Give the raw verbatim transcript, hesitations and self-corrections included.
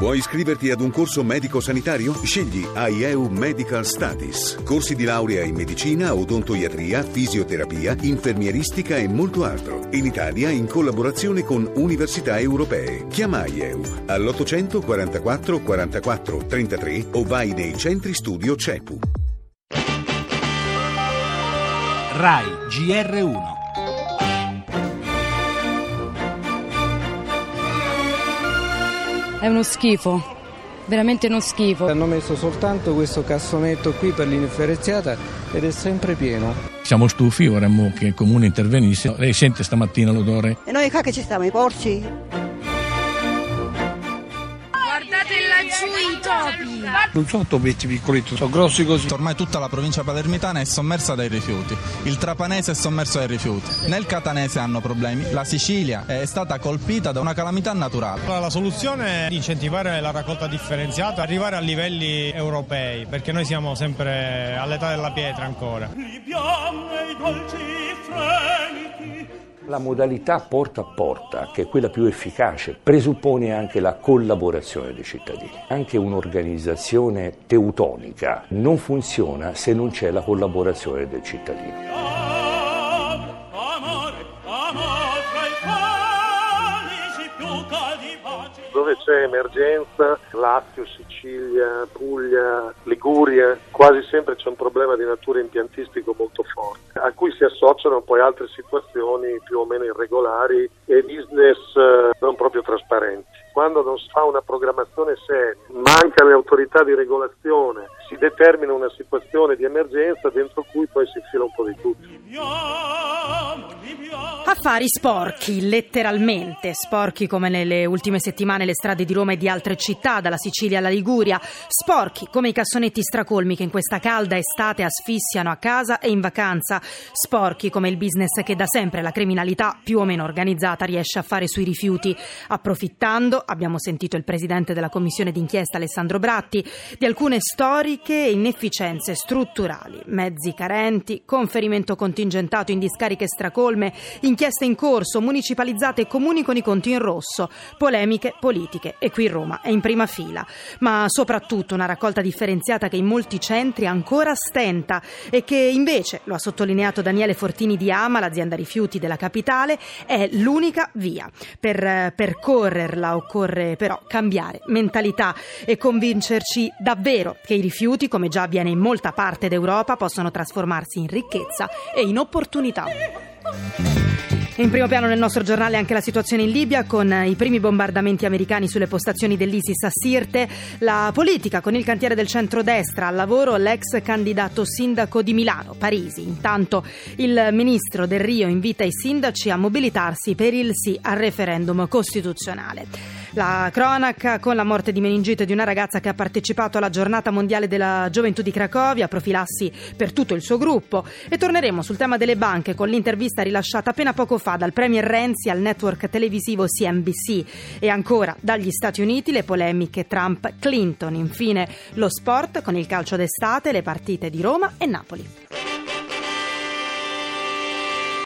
Vuoi iscriverti ad un corso medico-sanitario? Scegli AIEU Medical Studies. Corsi di laurea in medicina, odontoiatria, fisioterapia, infermieristica e molto altro. In Italia in collaborazione con università europee. Chiama AIEU all'ottocento quarantaquattro quarantaquattro trentatré o vai nei centri studio C E P U. RAI G R uno. È uno schifo, veramente uno schifo. Hanno messo soltanto questo cassonetto qui per l'indifferenziata ed è sempre pieno. Siamo stufi, vorremmo che il comune intervenisse. Lei sente stamattina l'odore? E noi qua che ci stiamo, i porci? Guardate laggiù i topi! Non sono topetti piccoli, sono grossi così. Ormai tutta la provincia palermitana è sommersa dai rifiuti. Il trapanese è sommerso dai rifiuti. Nel catanese hanno problemi. La Sicilia è stata colpita da una calamità naturale. La soluzione è incentivare la raccolta differenziata, arrivare a livelli europei, perché noi siamo sempre all'età della pietra ancora. La modalità porta a porta, che è quella più efficace, presuppone anche la collaborazione dei cittadini. Anche un'organizzazione teutonica non funziona se non c'è la collaborazione del cittadino. Dove c'è emergenza, Lazio, Sicilia, Puglia, Liguria, quasi sempre c'è un problema di natura impiantistico molto forte, a cui si associano poi altre situazioni più o meno irregolari e business non proprio trasparenti. Quando non si fa una programmazione seria, mancano le autorità di regolazione, si determina una situazione di emergenza dentro cui poi si infila un po' di tutto. Affari sporchi, letteralmente, sporchi come nelle ultime settimane le strade di Roma e di altre città, dalla Sicilia alla Liguria, sporchi come i cassonetti stracolmi che in questa calda estate asfissiano a casa e in vacanza, sporchi come il business che da sempre la criminalità più o meno organizzata riesce a fare sui rifiuti, approfittando, abbiamo sentito il presidente della commissione d'inchiesta Alessandro Bratti, di alcune storiche inefficienze strutturali, mezzi carenti, conferimento contingentato in discariche stracolme, inchieste in corso, municipalizzate comuni con i conti in rosso, polemiche politiche e qui Roma è in prima fila, ma soprattutto una raccolta differenziata che in molti centri ancora stenta e che invece, lo ha sottolineato Daniele Fortini di Ama, l'azienda rifiuti della capitale, è l'unica via. Per percorrerla occorre però cambiare mentalità e convincerci davvero che i rifiuti, come già avviene in molta parte d'Europa, possono trasformarsi in ricchezza e in opportunità. In primo piano nel nostro giornale anche la situazione in Libia con i primi bombardamenti americani sulle postazioni dell'ISIS a Sirte, la politica con il cantiere del centrodestra al lavoro, l'ex candidato sindaco di Milano, Parisi. Intanto il ministro Del Rio invita i sindaci a mobilitarsi per il sì al referendum costituzionale. La cronaca con la morte di meningite di una ragazza che ha partecipato alla giornata mondiale della gioventù di Cracovia, profilassi per tutto il suo gruppo, e torneremo sul tema delle banche con l'intervista rilasciata appena poco fa dal premier Renzi al network televisivo C N B C e ancora dagli Stati Uniti le polemiche Trump-Clinton. Infine lo sport con il calcio d'estate, le partite di Roma e Napoli.